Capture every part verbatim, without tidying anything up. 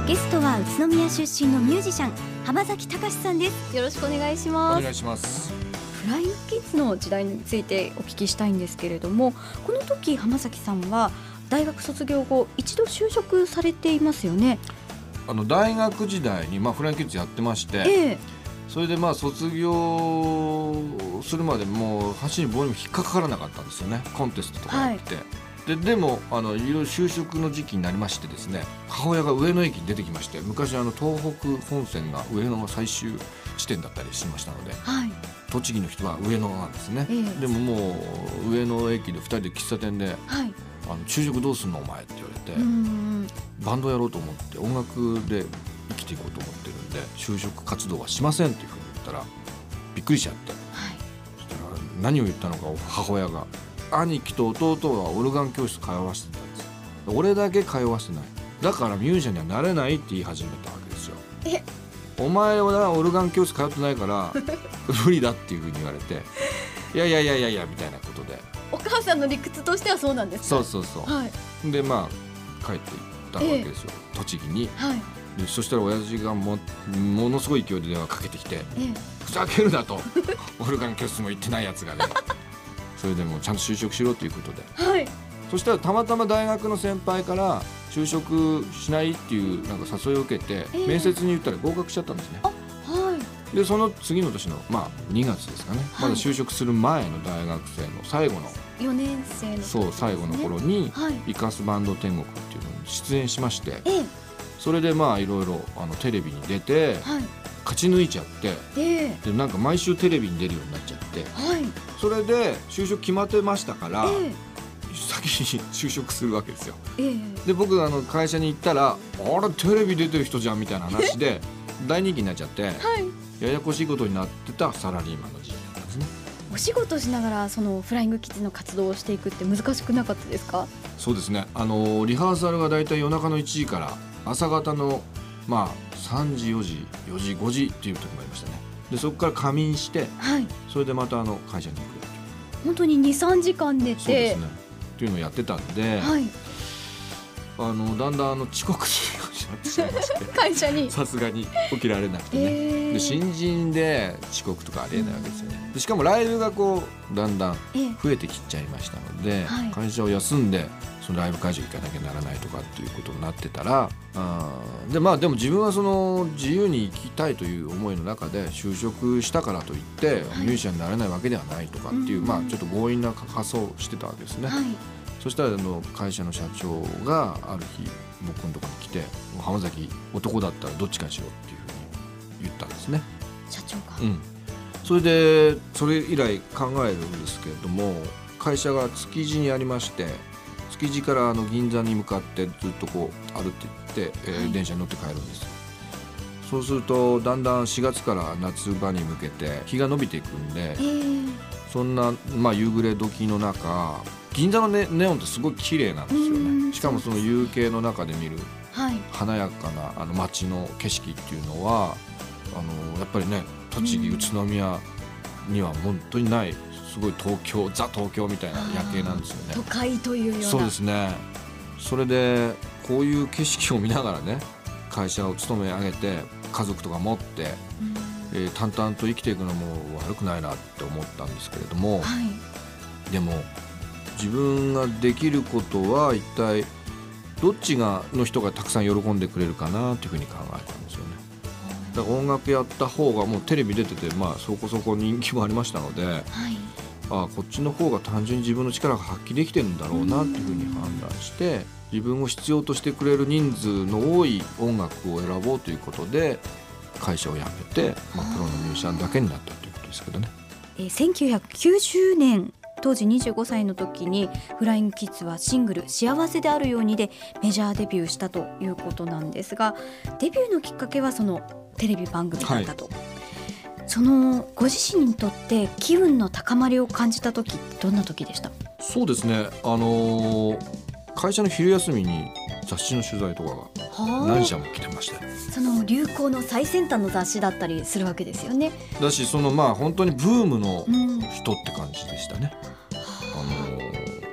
ゲストは宇都宮出身のミュージシャン浜崎隆さんです。よろしくお願いします。 お願いします。 フライングキッズの時代についてお聞きしたいんですけれども、この時浜崎さんは大学卒業後一度就職されていますよね。 あの大学時代に、まあ、フライングキッズやってまして、 ええ、 それでまあ卒業するまでもう箸に棒にも引っかからなかったんですよね。コンテストとかやって、はい、で, でもあのいろいろ就職の時期になりましてですね、母親が上野駅に出てきまして、昔あの東北本線が上野が最終地点だったりしましたので、はい、栃木の人は上野なんですね、ええ、でももう上野駅でふたりで喫茶店で、はい、あの就職どうすんのお前って言われて、うん、バンドやろうと思って音楽で生きていこうと思ってるんで就職活動はしませんっていうふうに言ったらびっくりしちゃって、はい、そしたら何を言ったのか母親が、兄貴と弟はオルガン教室通わせてたんです。俺だけ通わせてない、だからミュージシャンにはなれないって言い始めたわけですよ。えお前はオルガン教室通ってないから無理だっていうふうに言われていやいやいやいやいやみたいなことで、 お母さんの理屈としてはそうなんですか。 そうそうそう、はい、でまあ帰っていったわけですよ、えー、栃木に、はい、でそしたら親父が も, ものすごい勢いで電話かけてきて、えー、ふざけるなとオルガン教室も行ってないやつがねそれでもうちゃんと就職しろということで、はい、そしたらたまたま大学の先輩から就職しないっていうなんか誘いを受けて、えー、面接に言ったら合格しちゃったんですね。あ、はい、でその次の年の、まあ、にがつですかね、はい、まだ就職する前の大学生の最後のよねん生の、ね、 そう最後の頃に、はい、イカスバンド天国っていうのに出演しまして、えー、それでまあいろいろあのテレビに出て、はい、勝ち抜いちゃって、えー、でなんか毎週テレビに出るようになっちゃって、はい、それで就職決まってましたから、えー、先に就職するわけですよ、えー、で僕あの会社に行ったらあれテレビ出てる人じゃんみたいな話で大人気になっちゃって、はい、ややこしいことになってたサラリーマンの時期だったんですね。 お仕事しながらそのフライングキッズの活動をしていくって難しくなかったですか。 そうですね、あのリハーサルがだいたい夜中のいちじから朝方のまあさんじよじよじごじっていう時もありましたね。でそこから仮眠して、はい、それでまたあの会社に行くっていう、 本当に にさんじかん寝て、 そうですねっていうのをやってたんで、はい、あのだんだんあの遅刻するようになってしまいまして会社にさすがに起きられなくてね、えー、で新人で遅刻とかありえないわけですよね。でしかもライブがこうだんだん増えてきちゃいましたので、えーはい、会社を休んでそのライブ会場行かなきゃならないとかっていうことになってたら、あでまあでも自分はその自由に生きたいという思いの中で就職したからといって、はい、ミュージシャンになれないわけではないとかっていう、うん、まあちょっと強引な発想をしてたわけですね、はい、そしたらあの会社の社長がある日僕のところに来て、浜崎男だったらどっちかにしろっていうふうに言ったんですね、 社長が、 うん、それでそれ以来考えるんですけれども、会社が築地にありまして、築地からあの銀座に向かってずっとこう歩いていって、えーはい、電車に乗って帰るんです。そうするとだんだんしがつから夏場に向けて日が伸びていくんで、えー、そんな、まあ、夕暮れ時の中、銀座の ネ, ネオンってすごい綺麗なんですよね。しかもその夕景の中で見る華やかなあの街の景色っていうのはあのやっぱりね、栃木、宇都宮には本当にないすごい東京、ザ東京みたいな夜景なんですよね。 都会というような。 そうですね。それでこういう景色を見ながらね、会社を勤め上げて家族とか持って、えー、淡々と生きていくのも悪くないなって思ったんですけれども、はい、でも自分ができることは一体どっちがの人がたくさん喜んでくれるかなというふうに考えたんですよね。だから音楽やった方がもうテレビ出てて、まあ、そこそこ人気もありましたので、はい、あこっちの方が単純に自分の力が発揮できてるんだろうなというふうに判断して、自分を必要としてくれる人数の多い音楽を選ぼうということで会社を辞めて、まあ、プロのミュージシャンだけになったということですけどね。 えー、せんきゅうひゃくきゅうじゅうねん当時にじゅうごさいの時にフライングキッズはシングル幸せであるようにでメジャーデビューしたということなんですが、デビューのきっかけはそのテレビ番組だったと、はい、そのご自身にとって気分の高まりを感じた時ってどんな時でした？ そうですね、あのー、会社の昼休みに雑誌の取材とかが何社も来てました。 その流行の最先端の雑誌だったりするわけですよね。 だしそのまあ本当にブームの人って感じでしたね、うん、あの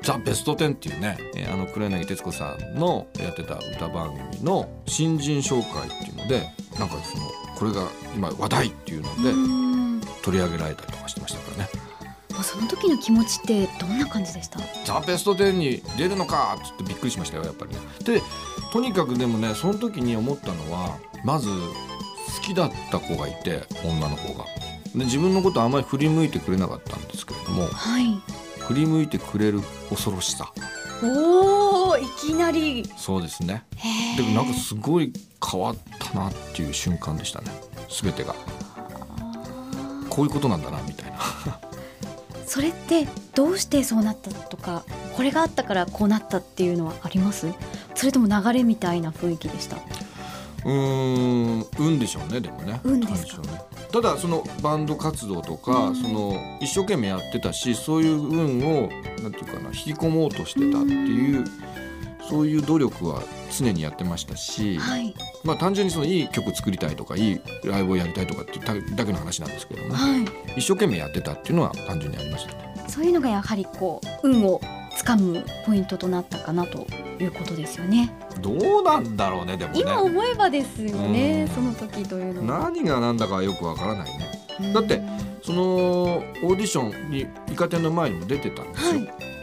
ザ・ベストテンっていうね、えー、あの黒柳徹子さんのやってた歌番組の新人紹介っていうので、なんかそのこれが今話題っていうので取り上げられたりとかしてましたからね。 もうその時の気持ちってどんな感じでした？ ザ・ベストテンに出るのかっつってびっくりしましたよ、やっぱりね。でとにかくでもね、その時に思ったのは、まず好きだった子がいて、女の子がで自分のことあんまり振り向いてくれなかったんですけれども、 はい、 振り向いてくれる恐ろしさ。 おー、いきなり。 そうですね。でもなんかすごい変わったなっていう瞬間でしたね、全てが。こういうことなんだなみたいなそれってどうしてそうなったとか、これがあったからこうなったっていうのはあります？それとも流れみたいな雰囲気でした？ うーん、運でしょうね。でもね、 運ですか？ ね、ただそのバンド活動とか、その一生懸命やってたし、そういう運をなんていうかな、引き込もうとしてたっていう、そういう努力は常にやってましたし、 はい、 まあ単純にそのいい曲作りたいとか、いいライブをやりたいとかっていうだけの話なんですけどね、 はい、 一生懸命やってたっていうのは単純にありましたね。 そういうのがやはりこう運をつかむポイントとなったかなということですよね。 どうなんだろうね。でもね、 今思えばですよね、その時というのは何が何だかよくわからないね。だってそのオーディションにイカ天の前にも出てたんですよ、はい、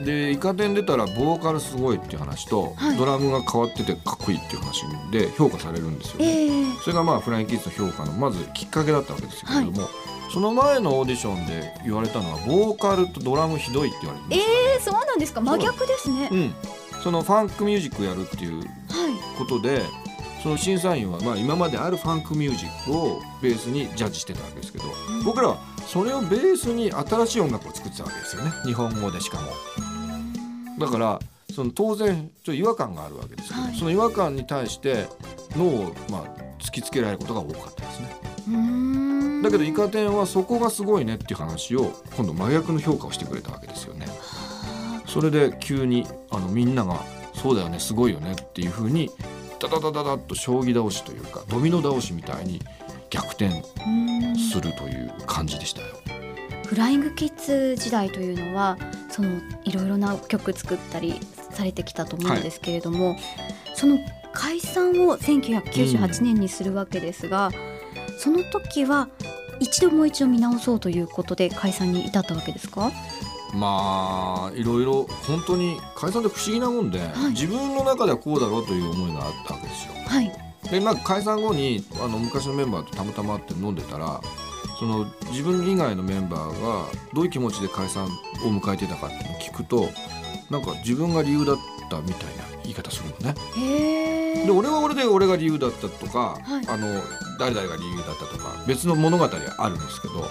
でイカ天出たらボーカルすごいっていう話と、はい、ドラムが変わっててかっこいいっていう話で評価されるんですよ、ね、えー、それがまあフライングキッズの評価のまずきっかけだったわけですけれども、はい、その前のオーディションで言われたのはボーカルとドラムひどいって言われてました、ね、 えー、そうなんですか。真逆ですね。 うん、そのファンクミュージックやるっていうことで、はい、その審査員はまあ今まであるファンクミュージックをベースにジャッジしてたわけですけど、うん、僕らはそれをベースに新しい音楽を作ってたわけですよね、日本語で。しかもだからその当然ちょっと違和感があるわけですけど、はい、その違和感に対して脳をまあ突きつけられることが多かったですね。うーん、だけどイカ天はそこがすごいねっていう話を今度真逆の評価をしてくれたわけですよね。それで急にあのみんながそうだよね、すごいよねっていう風にダダダダダッと将棋倒しというかドミノ倒しみたいに逆転するという感じでしたよ。 フライングキッズ時代というのはそのいろいろな曲作ったりされてきたと思うんですけれども、はい、その解散をせんきゅうひゃくきゅうじゅうはちねんにするわけですが、うん、その時は一度もう一度見直そうということで解散に至ったわけですか？ まあいろいろ本当に解散って不思議なもんで、はい、自分の中ではこうだろうという思いがあったわけですよ、はい、でまあ解散後にあの昔のメンバーとたまたま会って飲んでたら、その自分以外のメンバーがどういう気持ちで解散を迎えてたかっていうのを聞くと、なんか自分が理由だったみたいな言い方するのね。へー。で俺は俺で俺が理由だったとか、はい、あの誰々が理由だったとか別の物語があるんですけど、はい、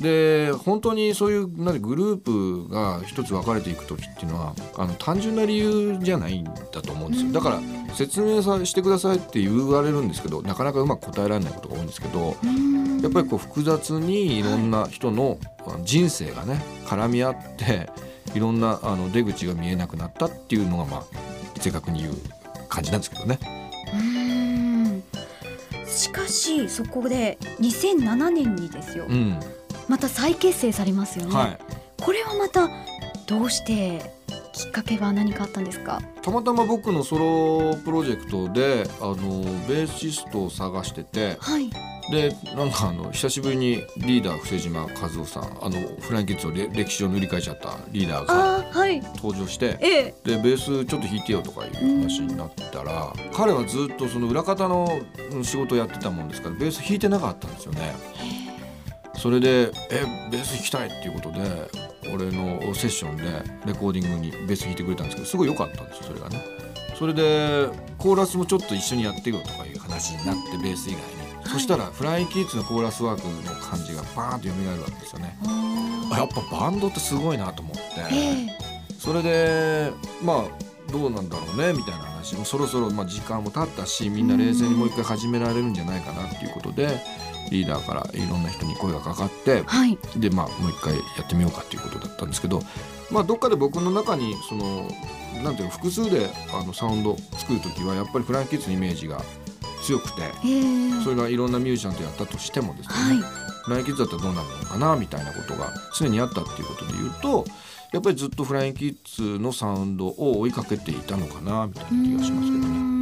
で本当にそういうなんグループが一つ分かれていく時っていうのはあの単純な理由じゃないんだと思うんですよ。だから説明さしてくださいって言われるんですけど、なかなかうまく答えられないことが多いんですけど、やっぱりこう複雑にいろんな人の人生がね絡み合っていろんなあの出口が見えなくなったっていうのがまあ正確に言う感じなんですけどね。 うーん、しかしそこでにせんななねんにですよ、うん、また再結成されますよね、はい、これはまたどうしてきっかけは何かあったんですか？ たまたま僕のソロプロジェクトであのベーシストを探してて、はい、でなんかあの久しぶりにリーダー伏島和夫さん、あのフライングキッズを歴史を塗り替えちゃったリーダーが登場して、はい、でベースちょっと弾いてよとかいう話になったら、彼はずっとその裏方の仕事をやってたもんですからベース弾いてなかったんですよね。それでえベース弾きたいっていうことで俺のセッションでレコーディングにベース弾いてくれたんですけど、すごい良かったんですよそれがね。それでコーラスもちょっと一緒にやってよとかいう話になってベース以外に、そしたらフライングキッズのコーラスワークの感じがバーンと蘇るわけですよね。やっぱバンドってすごいなと思って、それでまあどうなんだろうねみたいな話もそろそろまあ時間も経ったし、みんな冷静にもう一回始められるんじゃないかなっていうことでリーダーからいろんな人に声がかかって、はい、でまあもう一回やってみようかっていうことだったんですけど、まあどっかで僕の中にそのなんていうの複数であのサウンド作るときはやっぱりフライングキッズのイメージが強くて、それがいろんなミュージシャンとやったとしてもですね、はい、フライングキッズだったらどうなるのかなみたいなことが常にあったっていうことで言うと、 やっぱりずっとフライングキッズのサウンドを追いかけていたのかなみたいな気がしますけどね。